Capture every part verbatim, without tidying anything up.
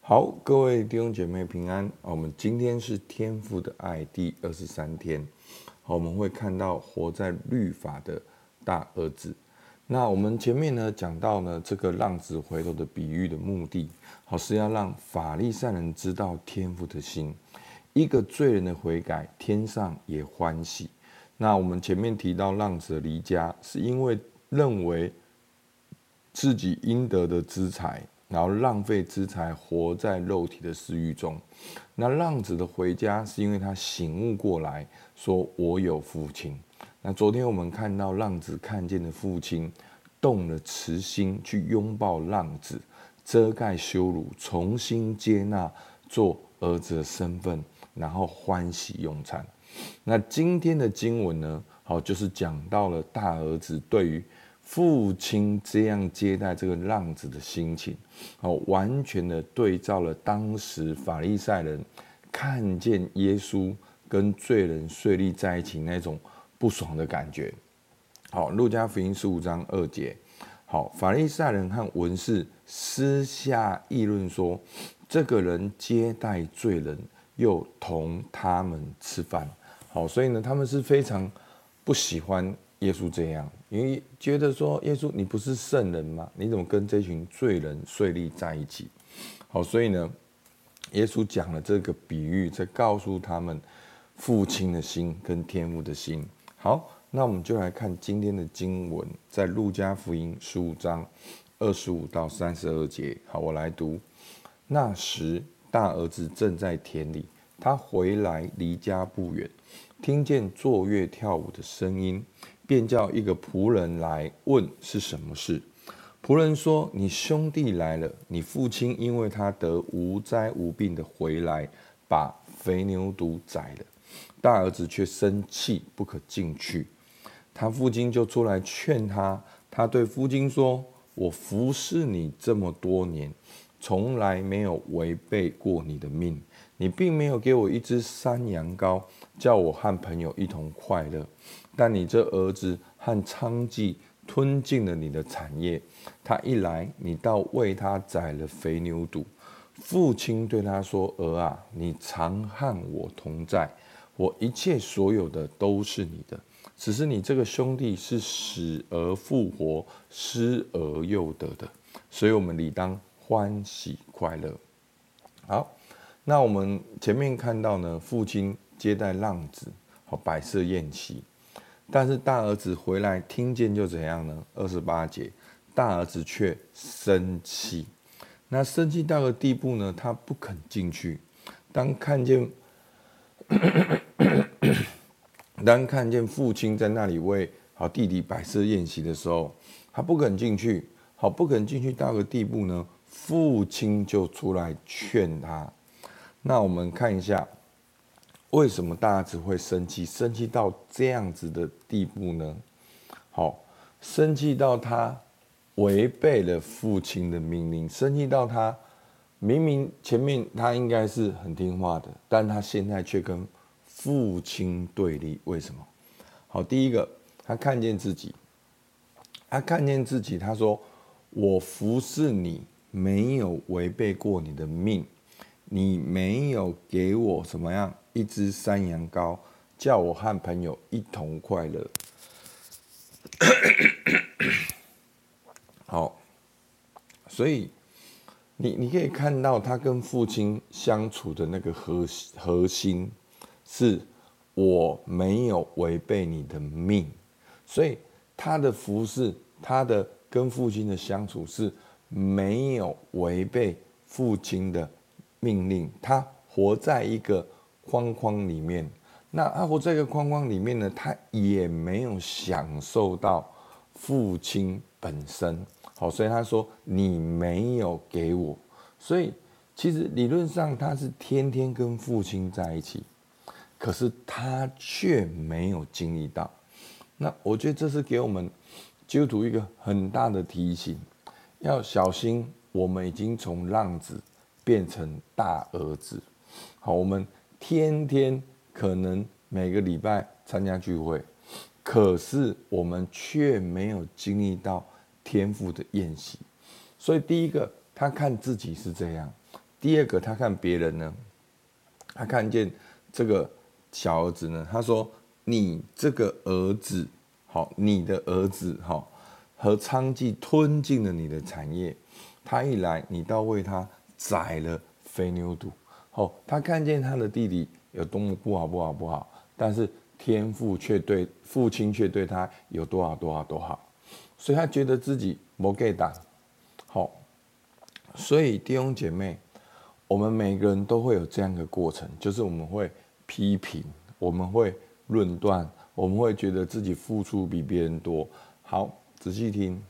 好，各位弟兄姐妹平安。我们今天是天父的爱第二十三天。好，我们会看到活在律法的大儿子。那我们前面呢讲到呢这个浪子回头的比喻的目的，好是要让法利赛人知道天父的心，一个罪人的悔改，天上也欢喜。那我们前面提到浪子的离家，是因为认为自己应得的资财，然后浪费资财，活在肉体的私欲中。那浪子的回家，是因为他醒悟过来，说我有父亲。那昨天我们看到浪子看见的父亲，动了慈心去拥抱浪子，遮盖羞辱，重新接纳做儿子的身份，然后欢喜用餐。那今天的经文呢，好就是讲到了大儿子对于父亲这样接待这个浪子的心情，完全的对照了当时法利赛人看见耶稣跟罪人税吏在一起那种不爽的感觉。好，路加福音十五章二节，好，法利赛人和文士私下议论说，这个人接待罪人，又同他们吃饭。好，所以呢，他们是非常不喜欢耶稣这样，因为觉得说耶稣你不是圣人吗？你怎么跟这群罪人税吏在一起？好，所以呢，耶稣讲了这个比喻，在告诉他们父亲的心跟天父的心。好，那我们就来看今天的经文，在路加福音十五章二十五到三十二节。好，我来读。那时大儿子正在田里，他回来离家不远，听见坐乐跳舞的声音，便叫一个仆人来问是什么事。仆人说：你兄弟来了，你父亲因为他得无灾无病的回来，把肥牛犊宰了。大儿子却生气，不可进去。他父亲就出来劝他，他对父亲说：我服侍你这么多年，从来没有违背过你的命，你并没有给我一只山羊羔，叫我和朋友一同快乐。但你这儿子和娼妓吞尽了你的产业，他一来，你倒为他宰了肥牛犊。父亲对他说：儿啊，你常和我同在，我一切所有的都是你的。只是你这个兄弟是死而复活，失而又得的，所以我们理当欢喜快乐。好，那我们前面看到呢，父亲接待浪子，好摆设宴席，但是大儿子回来听见就怎样呢？二十八节，大儿子却生气。那生气到个地步呢，他不肯进去。当看见当看见父亲在那里为好弟弟摆设宴席的时候，他不肯进去。好，不肯进去到个地步呢，父亲就出来劝他。那我们看一下，为什么大儿子会生气？生气到这样子的地步呢？好，生气到他违背了父亲的命令，生气到他明明前面他应该是很听话的，但他现在却跟父亲对立。为什么？好，第一个，他看见自己，他看见自己，他说：我服侍你，没有违背过你的命，你没有给我什么样一只山羊羔，叫我和朋友一同快乐。好，所以你你可以看到他跟父亲相处的那个核核心是我没有违背你的命，所以他的服侍，他的跟父亲的相处是没有违背父亲的命令，他活在一个框框里面。那他活在一个框框里面呢，他也没有享受到父亲本身。好，所以他说你没有给我，所以其实理论上他是天天跟父亲在一起，可是他却没有经历到。那我觉得这是给我们基督徒一个很大的提醒，要小心我们已经从浪子变成大儿子。好，我们天天可能每个礼拜参加聚会，可是我们却没有经历到天父的宴席。所以第一个，他看自己是这样； 第二个，他看别人呢，他看见这个小儿子呢，他说：“你这个儿子，好，你的儿子，好，和娼妓吞尽了你的产业。他一来，你倒为他宰了肥牛犊。”好，他看见他的弟弟有多么不好，不好，不好，但是天父却对父亲却对他有多少多少多好，所以他觉得自己没给打。好，所以弟兄姐妹，我们每个人都会有这样的过程，就是我们会批评，我们会论断，我们会觉得自己付出比别人多。好，仔细听，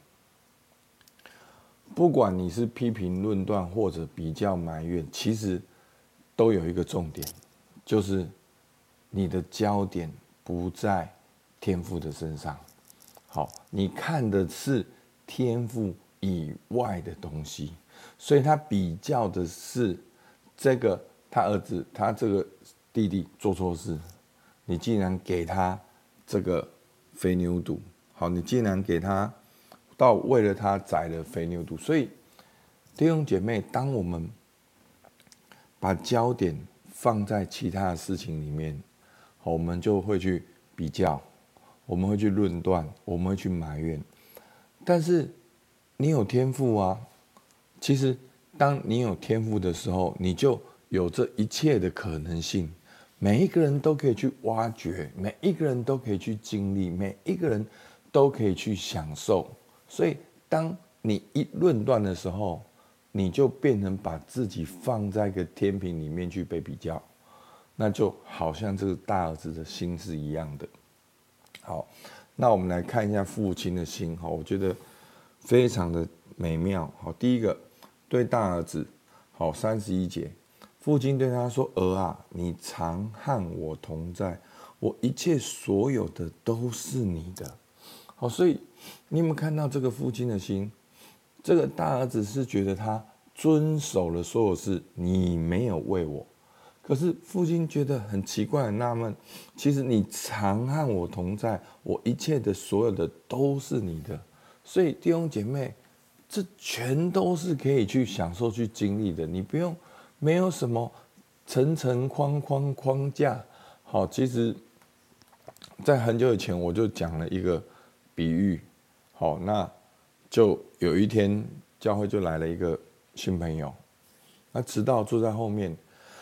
不管你是批评、论断或者比较埋怨，其实都有一个重点，就是你的焦点不在天父的身上。好，你看的是天父以外的东西，所以他比较的是这个他儿子，他这个弟弟做错事，你竟然给他这个肥牛犊，好，你竟然给他到为了他宰了肥牛犊。所以弟兄姐妹，当我们把焦点放在其他的事情里面，我们就会去比较，我们会去论断，我们会去埋怨。但是你有天赋啊，其实当你有天赋的时候，你就有这一切的可能性。每一个人都可以去挖掘，每一个人都可以去经历，每一个人都可以去享受。所以当你一论断的时候，你就变成把自己放在一个天平里面去被比较，那就好像这个大儿子的心是一样的。好，那我们来看一下父亲的心，我觉得非常的美妙。好，第一个对大儿子，好，三十一节，父亲对他说：“儿啊，你常和我同在，我一切所有的都是你的。”好，所以你有没有看到这个父亲的心？这个大儿子是觉得他遵守了所有事，你没有为我。可是父亲觉得很奇怪、很纳闷，其实你常和我同在，我一切的所有的都是你的。所以弟兄姐妹，这全都是可以去享受、去经历的。你不用，没有什么层层框框框架。好，其实，在很久以前我就讲了一个比喻。好，那就有一天教会就来了一个新朋友，那迟到坐在后面。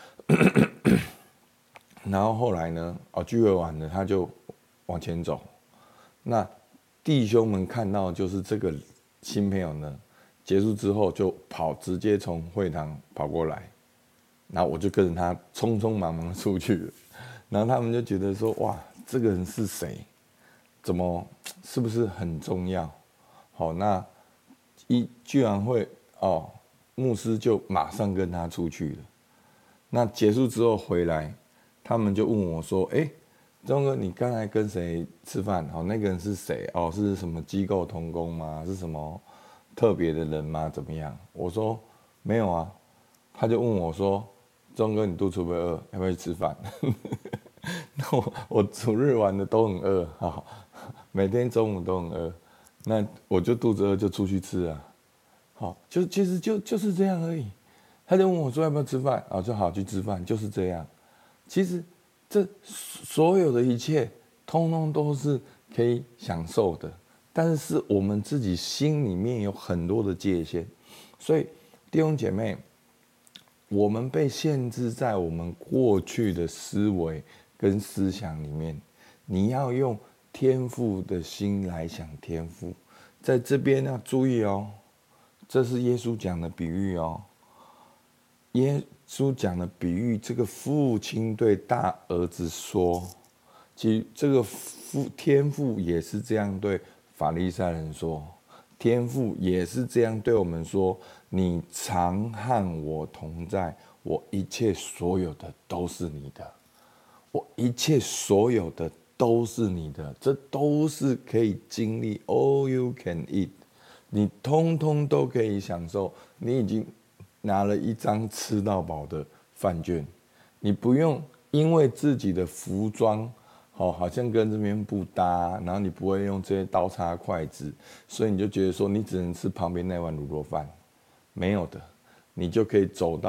然后后来呢？哦，聚会完了，他就往前走。那弟兄们看到就是这个新朋友呢，结束之后就跑，直接从会堂跑过来，然后我就跟着他匆匆忙忙出去了。然后他们就觉得说：“哇，这个人是谁？怎么是不是很重要？”好，那一居然会哦，牧师就马上跟他出去了。那结束之后回来，他们就问我说：“哎，钟哥，你刚才跟谁吃饭？哦，那个人是谁？哦，是什么机构同工吗？是什么特别的人吗？怎么样？”我说：“没有啊。”他就问我说：“钟哥，你肚子会不会饿？要不要去吃饭？”那我我主日玩的都很饿，好，每天中午都很饿，那我就肚子饿就出去吃啊。好，就其实就就是这样而已。他就问我说要不要吃饭，啊，就好去吃饭，就是这样。其实这所有的一切，通通都是可以享受的，但是是我们自己心里面有很多的界限。所以弟兄姐妹，我们被限制在我们过去的思维跟思想里面，你要用天父的心来想天父。在这边要注意哦，这是耶稣讲的比喻哦。耶稣讲的比喻，这个父亲对大儿子说，其实这个父天父也是这样对法利赛人说，天父也是这样对我们说：你常和我同在，我一切所有的都是你的，我一切所有的都是你的，这都是可以经历 ，all you can eat， 你通通都可以享受，你已经拿了一张吃到饱的饭券，你不用因为自己的服装，好，好像跟这边不搭，然后你不会用这些刀叉筷子，所以你就觉得说你只能吃旁边那碗卤肉饭，没有的，你就可以走到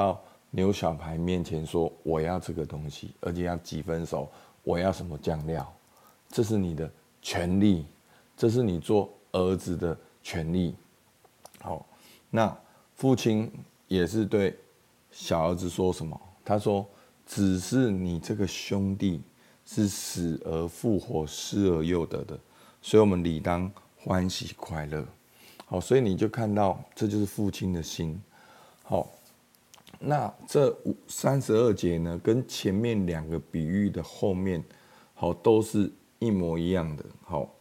牛小排面前说我要这个东西，而且要几分熟，我要什么酱料，这是你的权利，这是你做儿子的权利。好，那父亲也是对小儿子说什么？他说：“只是你这个兄弟是死而复活、失而又得的，所以我们理当欢喜快乐。”好，所以你就看到，这就是父亲的心。好，那这三十二节呢，跟前面两个比喻的后面，好，都是一模一样的。好，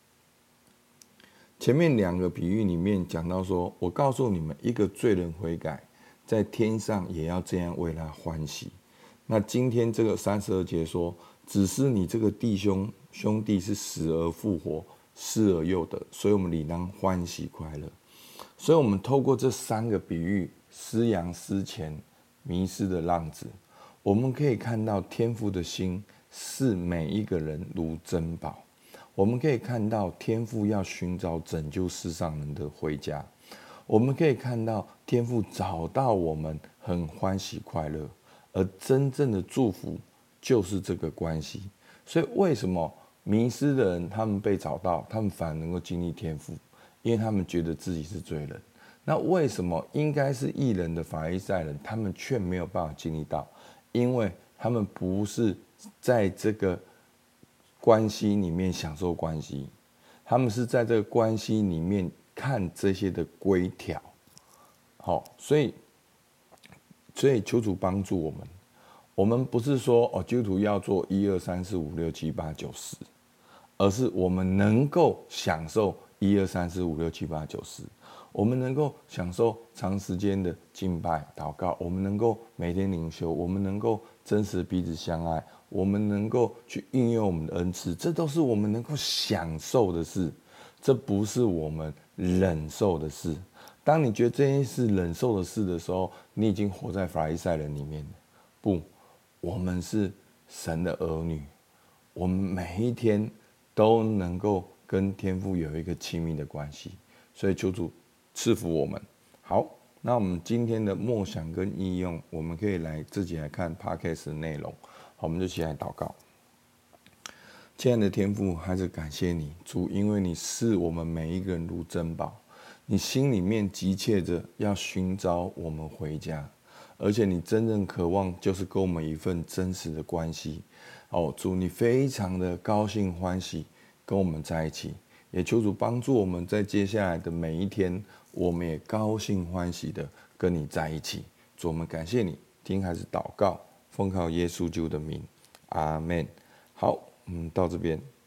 前面两个比喻里面讲到说，我告诉你们，一个罪人悔改，在天上也要这样为他欢喜。那今天这个三十二节说，只是你这个弟兄兄弟是死而复活、失而又得，所以我们理当欢喜快乐。所以我们透过这三个比喻，失羊失钱、迷失的浪子，我们可以看到天父的心视每一个人如珍宝。我们可以看到天父要寻找拯救世上人的回家。我们可以看到天父找到我们很欢喜快乐，而真正的祝福就是这个关系。所以为什么迷失的人他们被找到，他们反而能够经历天父？因为他们觉得自己是罪人。那为什么应该是义人的法利赛人，他们却没有办法经历到？因为他们不是在这个关系里面享受关系，他们是在这个关系里面看这些的规条。好，所以所以求主帮助我们。我们不是说哦，基督徒要做一二三四五六七八九十，而是我们能够享受一二三四五六七八九十，我们能够享受长时间的敬拜祷告，我们能够每天灵修，我们能够真实彼此相爱，我们能够去运用我们的恩赐，这都是我们能够享受的事，这不是我们忍受的事。当你觉得这件事忍受的事的时候，你已经活在法利赛人里面了。不，我们是神的儿女，我们每一天都能够跟天父有一个亲密的关系，所以求主赐福我们。好，那我们今天的默想跟应用，我们可以来自己来看 Podcast 的内容。好，我们就起来祷告。亲爱的天父，还是感谢你，主，因为你视我们每一个人如珍宝，你心里面急切着要寻找我们回家，而且你真正渴望就是跟我们一份真实的关系。哦，主，你非常的高兴欢喜跟我们在一起，也求主帮助我们在接下来的每一天，我们也高兴欢喜的跟你在一起。主，我们感谢你，听孩子祷告，奉靠耶稣基督的名，阿们。好，嗯，到这边。